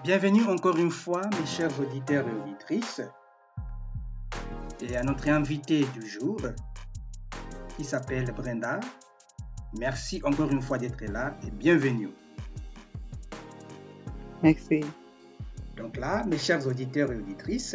Bienvenue encore une fois, mes chers auditeurs et auditrices, et à notre invité du jour, qui s'appelle Brenda. Merci encore une fois d'être là et bienvenue. Merci. Donc là, mes chers auditeurs et auditrices,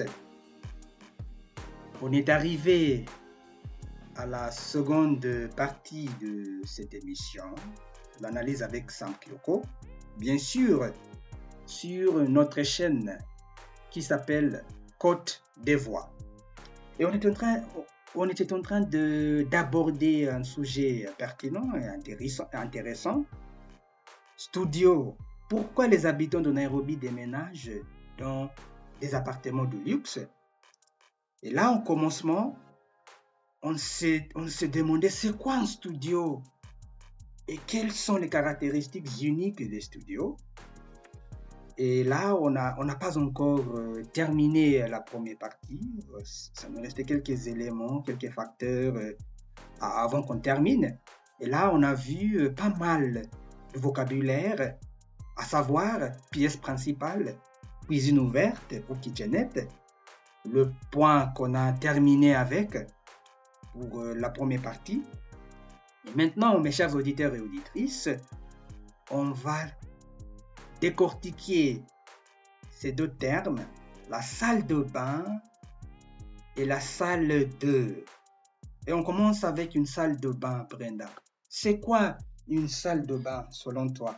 on est arrivé à la seconde partie de cette émission, l'analyse avec Sam Kyoko, bien sûr, sur notre chaîne qui s'appelle Côte des Voix. Et on était en train d'aborder un sujet pertinent et intéressant. Studio, pourquoi les habitants de Nairobi déménagent dans des appartements de luxe? Et là, en commencement, on s'est demandé c'est quoi un studio et quelles sont les caractéristiques uniques des studios. Et là, on n'a pas encore terminé la première partie. Ça nous restait quelques éléments, quelques facteurs avant qu'on termine. Et là, on a vu pas mal de vocabulaire, à savoir pièce principale, cuisine ouverte ou kitchenette, le point qu'on a terminé avec pour la première partie. Et maintenant, mes chers auditeurs et auditrices, on va décortiquer ces deux termes, la salle de bain et la salle de. Et on commence avec une salle de bain, Brenda. C'est quoi une salle de bain selon toi?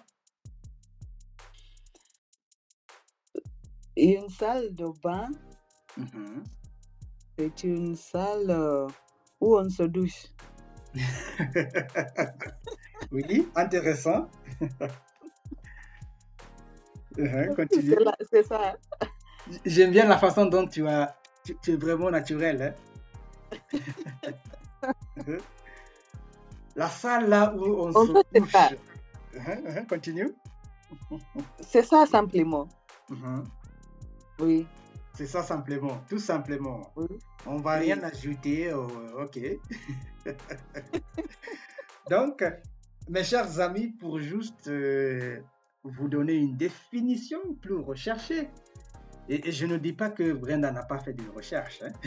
Une salle de bain, Mhm. c'est une salle où on se douche. Oui, intéressant. Continue. C'est ça. J'aime bien la façon dont tu es vraiment naturel. Hein? La salle là où on En se fait, c'est couche. ça. Continue. C'est ça simplement. Mhm. Oui. C'est ça simplement, tout simplement. Oui. On va Oui. rien ajouter. Ok. Donc, mes chers amis, pour juste vous donner une définition plus recherchée, et je ne dis pas que Brenda n'a pas fait de recherche, hein.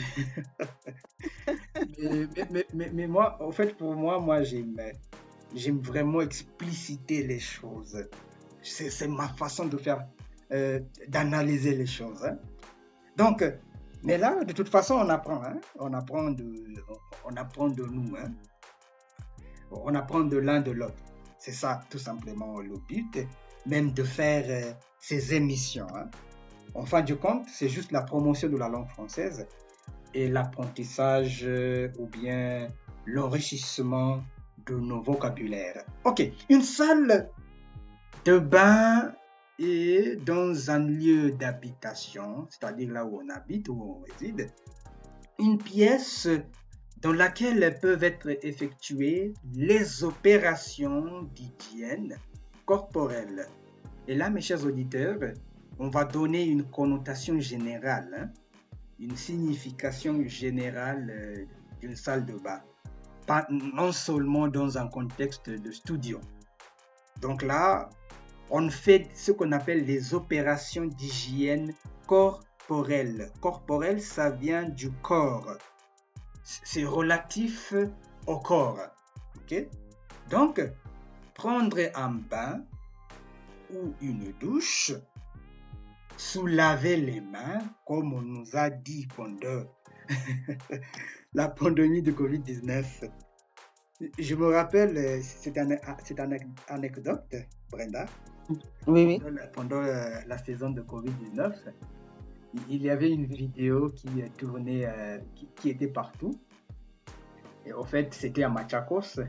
mais moi, en fait, pour moi, j'aime vraiment expliciter les choses. C'est ma façon de faire, d'analyser les choses, hein. Donc, mais là, de toute façon, on apprend, hein. On apprend de nous, hein. On apprend de l'un de l'autre. C'est ça, tout simplement, le but, même de faire ces émissions, hein. En fin de compte, c'est juste la promotion de la langue française et l'apprentissage ou bien l'enrichissement de nos vocabulaires. Ok, une salle de bain est dans un lieu d'habitation, c'est-à-dire là où on habite, où on réside, une pièce dans laquelle peuvent être effectuées les opérations d'hygiène corporelle. Et là, mes chers auditeurs, on va donner une connotation générale, hein, une signification générale d'une salle de bain, pas, non seulement dans un contexte de studio. Donc là, on fait ce qu'on appelle les opérations d'hygiène corporelle. Corporelle, ça vient du corps. C'est relatif au corps. Okay? Donc, prendre un bain ou une douche, se laver les mains, comme on nous a dit pendant la pandémie de Covid-19. Je me rappelle, c'est une anecdote, Brenda. Oui. Pendant la saison de Covid-19, il y avait une vidéo qui tournait, qui était partout. Et en fait, c'était à Machakos.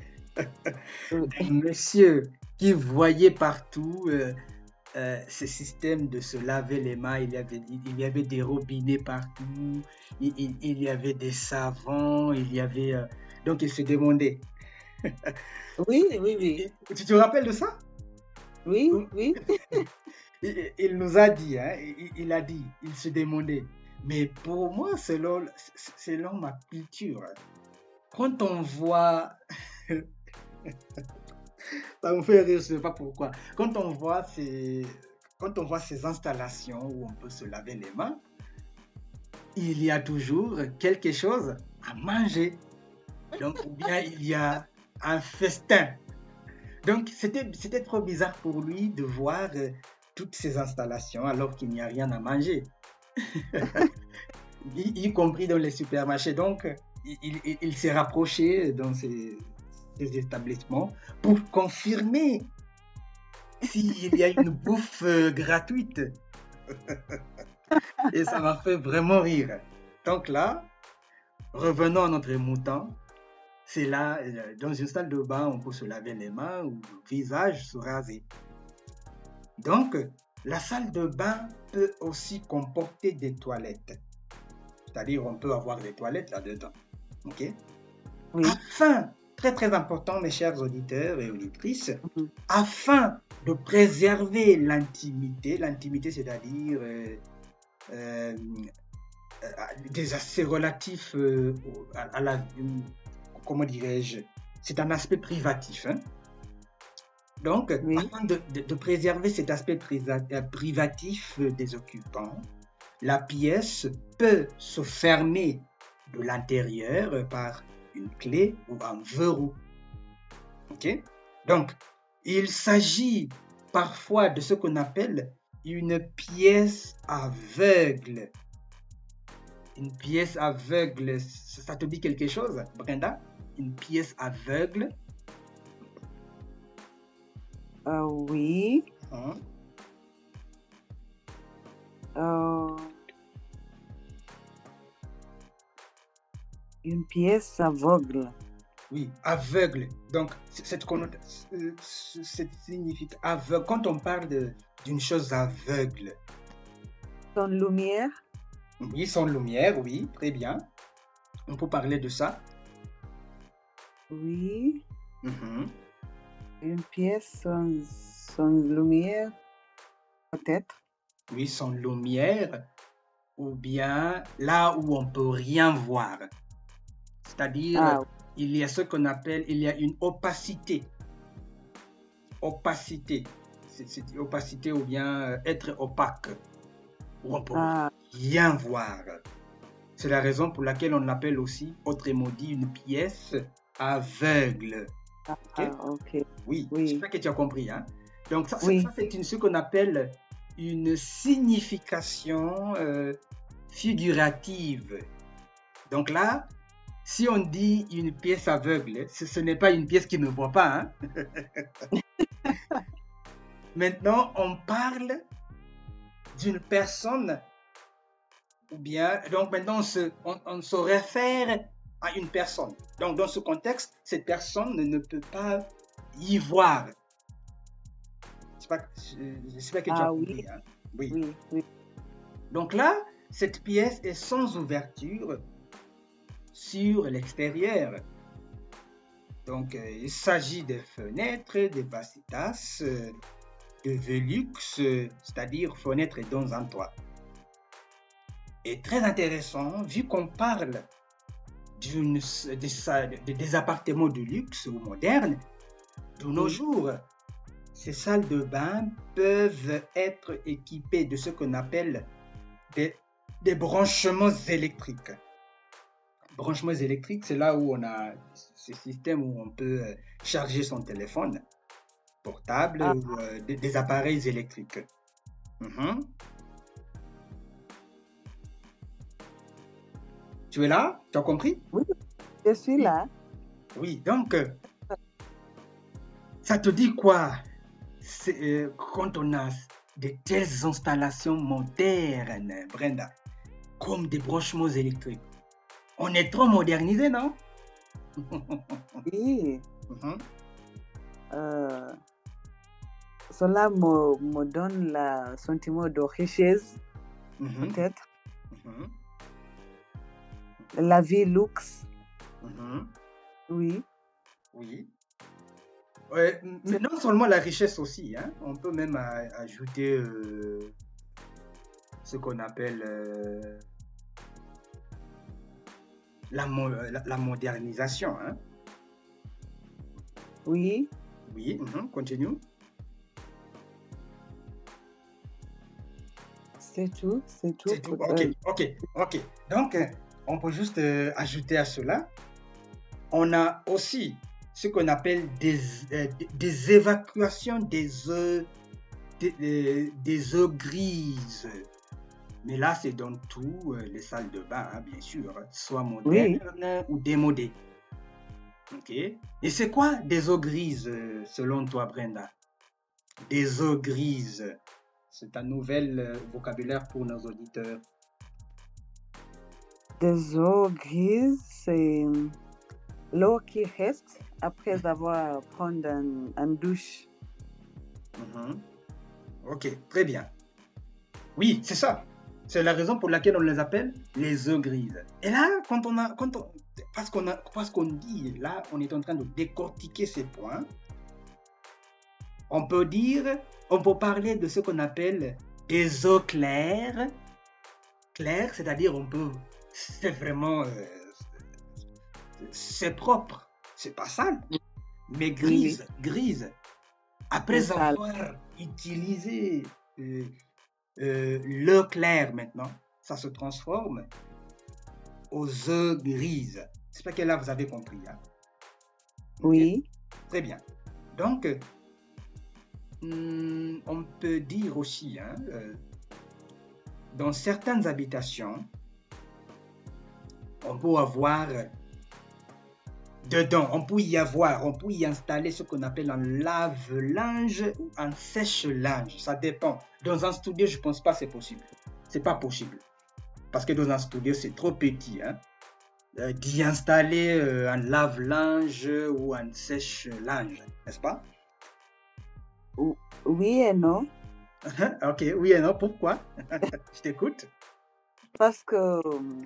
Un monsieur qui voyait partout ce système de se laver les mains. Il y avait des robinets partout, il y avait des savons, il y avait... donc il se demandait. Oui. Tu te rappelles de ça? Oui. Il nous a dit, hein, il a dit, il se demandait. Mais pour moi, selon ma culture, quand on voit... ça me fait rire, je ne sais pas pourquoi. Quand on voit quand on voit ces installations où on peut se laver les mains, il y a toujours quelque chose à manger. Donc, ou bien il y a un festin. Donc, c'était trop bizarre pour lui de voir toutes ces installations alors qu'il n'y a rien à manger, y compris dans les supermarchés. Donc, il s'est rapproché dans ces établissements pour confirmer s'il y a une bouffe gratuite. Et ça m'a fait vraiment rire. Donc là, revenons à notre mouton. C'est là, dans une salle de bain, on peut se laver les mains ou le visage, se raser. Donc, la salle de bain peut aussi comporter des toilettes. C'est-à-dire, on peut avoir des toilettes là-dedans. OK? Oui. Afin, très très important, mes chers auditeurs et auditrices, Mhm. afin de préserver l'intimité, c'est-à-dire des aspects relatifs à la, comment dirais-je, c'est un aspect privatif. Hein? Donc, Oui. afin de préserver cet aspect privatif des occupants, la pièce peut se fermer de l'intérieur par une clé ou un verrou. OK? Donc, il s'agit parfois de ce qu'on appelle une pièce aveugle. Une pièce aveugle, ça te dit quelque chose, Brenda? Une pièce aveugle? Oui. Hein? Une pièce aveugle. Oui, aveugle. Donc, cette signifie aveugle. Quand on parle d'une chose aveugle, Sans lumière. oui, sans lumière, oui, très bien. On peut parler de ça. Oui. Mhm. Une pièce sans lumière, peut-être. Oui, sans lumière, ou bien là où on peut rien voir. C'est-à-dire, il y a ce qu'on appelle, il y a une opacité. Opacité. C'est opacité ou bien être opaque. Où on peut rien voir. C'est la raison pour laquelle on l'appelle aussi, autrement dit, une pièce aveugle. Ok. Oui, Oui. j'espère que tu as compris. Hein? Donc, ça Oui. c'est ce qu'on appelle une signification figurative. Donc là, si on dit une pièce aveugle, ce n'est pas une pièce qui ne voit pas. Hein? Maintenant, on parle d'une personne, ou bien, donc maintenant, on se réfère à une personne. Donc, dans ce contexte, cette personne ne peut pas y voir. J'espère que tu as compris. Oui. Hein? Oui. Oui, oui. Donc là, cette pièce est sans ouverture sur l'extérieur. Donc, il s'agit des fenêtres, des vasitas, de velux, c'est-à-dire fenêtres dans un toit. Et très intéressant, vu qu'on parle des appartements de luxe ou modernes, de nos jours, ces salles de bain peuvent être équipées de ce qu'on appelle des branchements électriques. Branchements électriques, c'est là où on a ce système où on peut charger son téléphone portable ou des appareils électriques. Mm-hmm. Tu es là? Tu as compris? Oui, je suis là. Oui, donc, ça te dit quoi quand on a de telles installations modernes, Brenda, comme des branchements électriques? On est trop modernisé, non? Oui. Mm-hmm. Cela me donne le sentiment de richesse, peut-être. Mm-hmm. La vie luxe. Mm-hmm. Oui. Oui. Mais non seulement la richesse aussi, hein, on peut même ajouter ce qu'on appelle la modernisation. Hein. Oui. Oui, continue. C'est tout C'est tout. Ok. Donc, on peut juste ajouter à cela, on a aussi ce qu'on appelle des évacuations des eaux grises. Mais là, c'est dans tous les salles de bain, hein, bien sûr, soit Oui, modernes ou démodées. Ok. Et c'est quoi des eaux grises selon toi, Brenda? Des eaux grises. C'est un nouvel vocabulaire pour nos auditeurs. des eaux grises, c'est l'eau qui reste après avoir pris un douche. Mhm. Ok, très bien. Oui, c'est ça. C'est la raison pour laquelle on les appelle les eaux grises. Et là, parce qu'on dit, là, on est en train de décortiquer ces points, on peut parler de ce qu'on appelle des eaux claires. Claires, c'est-à-dire c'est vraiment, c'est propre, c'est pas sale, mais Oui, grise. c'est Après sale. avoir utilisé l'eau claire maintenant, ça se transforme aux eaux grises. J'espère que là, vous avez compris. Hein? Okay? Oui, Très bien. Donc, on peut dire aussi, hein, dans certaines habitations, on peut avoir dedans, on peut y installer ce qu'on appelle un lave-linge ou un sèche-linge. Ça dépend. Dans un studio, je ne pense pas que c'est possible. C'est pas possible. Parce que dans un studio, c'est trop petit. Hein? D'y installer un lave-linge ou un sèche-linge, n'est-ce pas? oui et non. Ok, oui et non, pourquoi? Je t'écoute. Parce que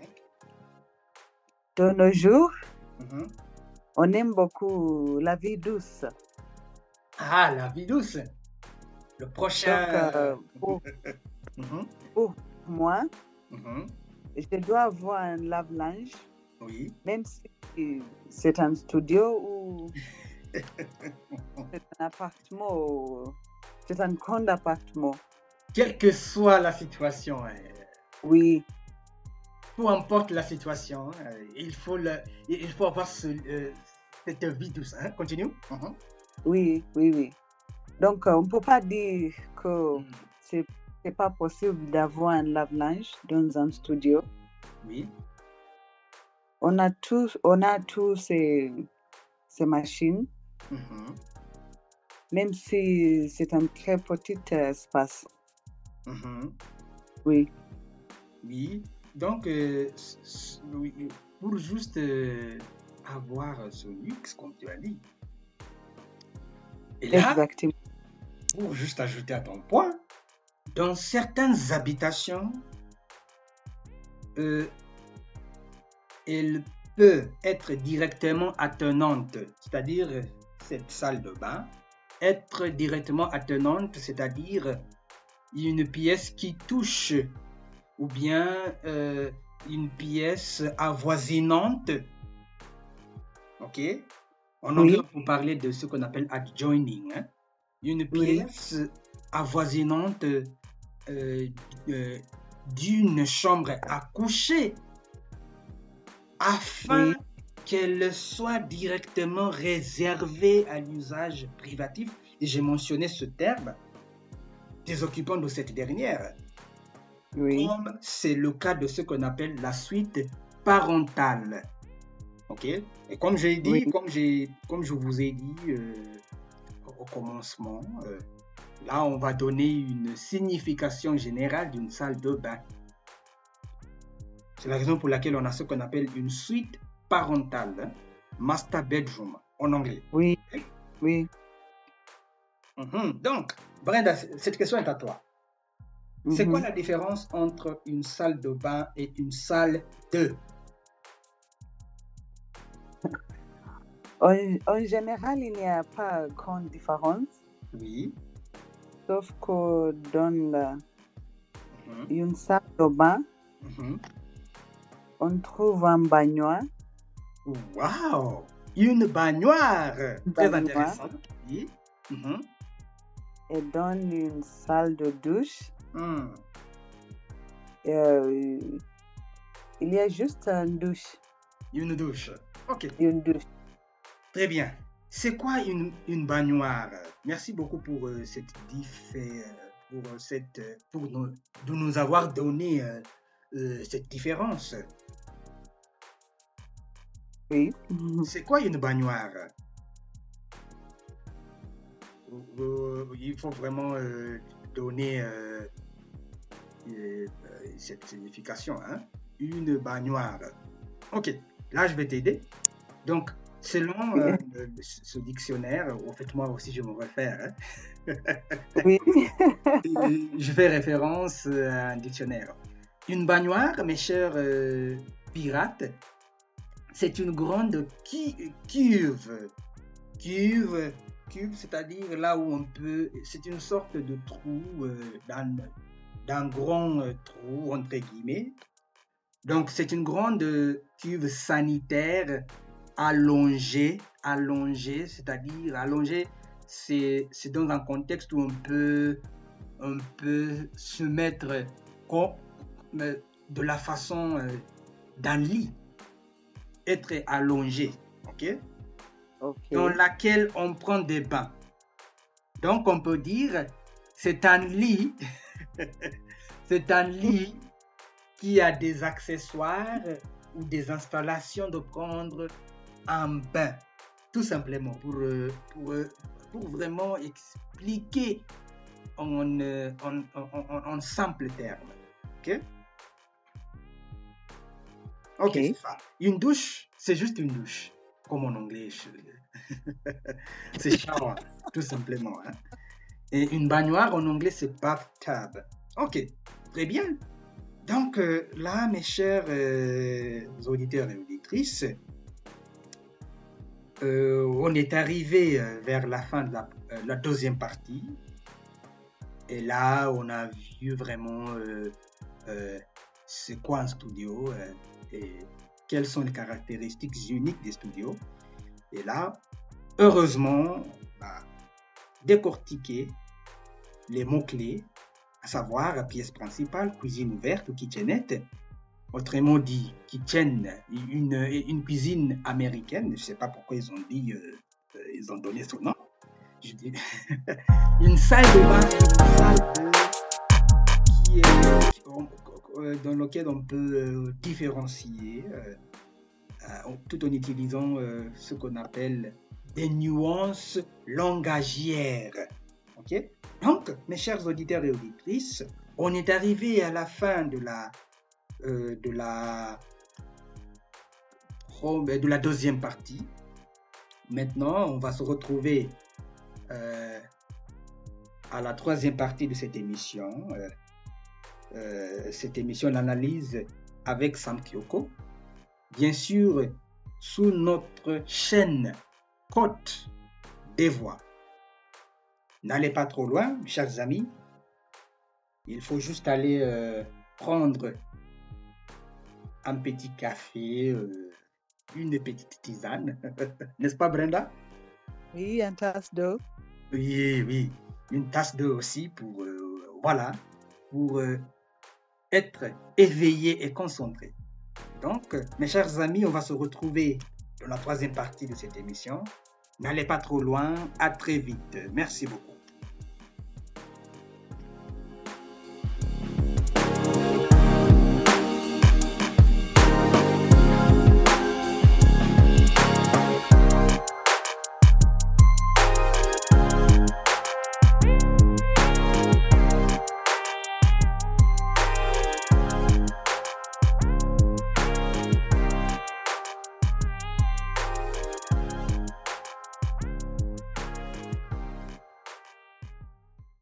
de nos jours, Mhm. on aime beaucoup la vie douce. Ah, la vie douce. Le Donc, prochain. pour Mhm, moi, mhm. je dois avoir un lave-linge, Oui. même si c'est un studio ou c'est un appartement, ou c'est un grand appartement. Quelle que soit la situation, Oui, peu importe la situation, il faut avoir cette vie douce. Hein. Continue. Mhm. oui. Donc, on ne peut pas dire que Mm. c'est pas possible d'avoir un lave-linge dans un studio. Oui. On a tous ces machines, Mhm, même si c'est un très petit espace. mhm. Oui, Oui. Donc, oui, pour juste avoir ce luxe, comme tu as dit. Et là, exactement. pour juste ajouter à ton point, dans certaines habitations, elle peut être directement attenante, c'est-à-dire cette salle de bain, être directement attenante, c'est-à-dire une pièce qui touche ou bien une pièce avoisinante. Ok? En anglais, Oui, on peut parler de ce qu'on appelle adjoining. Hein? Une oui, pièce avoisinante d'une chambre à coucher afin oui, qu'elle soit directement réservée à l'usage privatif. Et j'ai mentionné ce terme des occupants de cette dernière, oui, comme c'est le cas de ce qu'on appelle la suite parentale. Ok? Et comme j'ai oui, dit, comme je vous ai dit au commencement, là on va donner une signification générale d'une salle de bain. C'est la raison pour laquelle on a ce qu'on appelle une suite parentale, hein, master bedroom en anglais. oui, oui. Donc, Brenda, cette question est à toi. C'est quoi Mhm. la différence entre une salle de bain et une salle de... En général, il n'y a pas grande différence, Oui. sauf que dans Mhm, une salle de bain, mhm. on trouve un baignoire, Wow! Une baignoire! Très baignoire, intéressant. Oui. Mhm. et dans une salle de douche, Hmm. Euh, il y a juste une douche. Une douche. Ok, Une douche. très bien. C'est quoi une baignoire? Merci beaucoup pour cette diff, de nous avoir donné cette différence. Oui. C'est quoi une baignoire? Il faut vraiment donner cette signification, hein? Une baignoire. Ok, là je vais t'aider. Donc, selon ce dictionnaire, en fait moi aussi je me réfère, hein, Oui. je fais référence à un dictionnaire. Une baignoire, mes chers pirates, c'est une grande cuve. Cuve, c'est-à-dire là où on peut... C'est une sorte de trou, d'un grand trou, entre guillemets. Donc, c'est une grande cuve sanitaire allongée, c'est-à-dire allongée, c'est dans un contexte où on peut se mettre de la façon d'un lit, être allongé, ok? Ok. Dans laquelle on prend des bains. Donc, on peut dire, c'est un lit, c'est un lit qui a des accessoires ou des installations de prendre un bain, tout simplement pour vraiment expliquer en simple terme. Ok? Ok, c'est ça. Une douche, c'est juste une douche, comme en anglais. C'est shower, tout simplement. Hein? Et une baignoire en anglais, c'est bathtub. Ok, très bien. Donc là, mes chers auditeurs et auditrices, on est arrivé vers la fin de la deuxième partie. Et là, on a vu vraiment c'est quoi un studio et quelles sont les caractéristiques uniques des studios. Et là, heureusement, on a décortiqué les mots-clés, à savoir la pièce principale, cuisine ouverte ou kitchenette, autrement dit kitchen, une cuisine américaine. Je ne sais pas pourquoi ils ont donné ce nom. Je dis une salle de bain, dans laquelle on peut différencier tout en utilisant ce qu'on appelle des nuances langagières. Ok? Donc, mes chers auditeurs et auditrices, on est arrivé à la fin de la deuxième partie. Maintenant, on va se retrouver à la troisième partie de cette émission. Cette émission, l'analyse avec Sam Kyoko. Bien sûr, sous notre chaîne Côte des Voix. N'allez pas trop loin, chers amis. Il faut juste aller prendre un petit café, une petite tisane. N'est-ce pas, Brenda? Oui, une tasse d'eau. Oui. Une tasse d'eau aussi pour être éveillé et concentré. Donc, mes chers amis, on va se retrouver dans la troisième partie de cette émission. N'allez pas trop loin. À très vite. Merci beaucoup.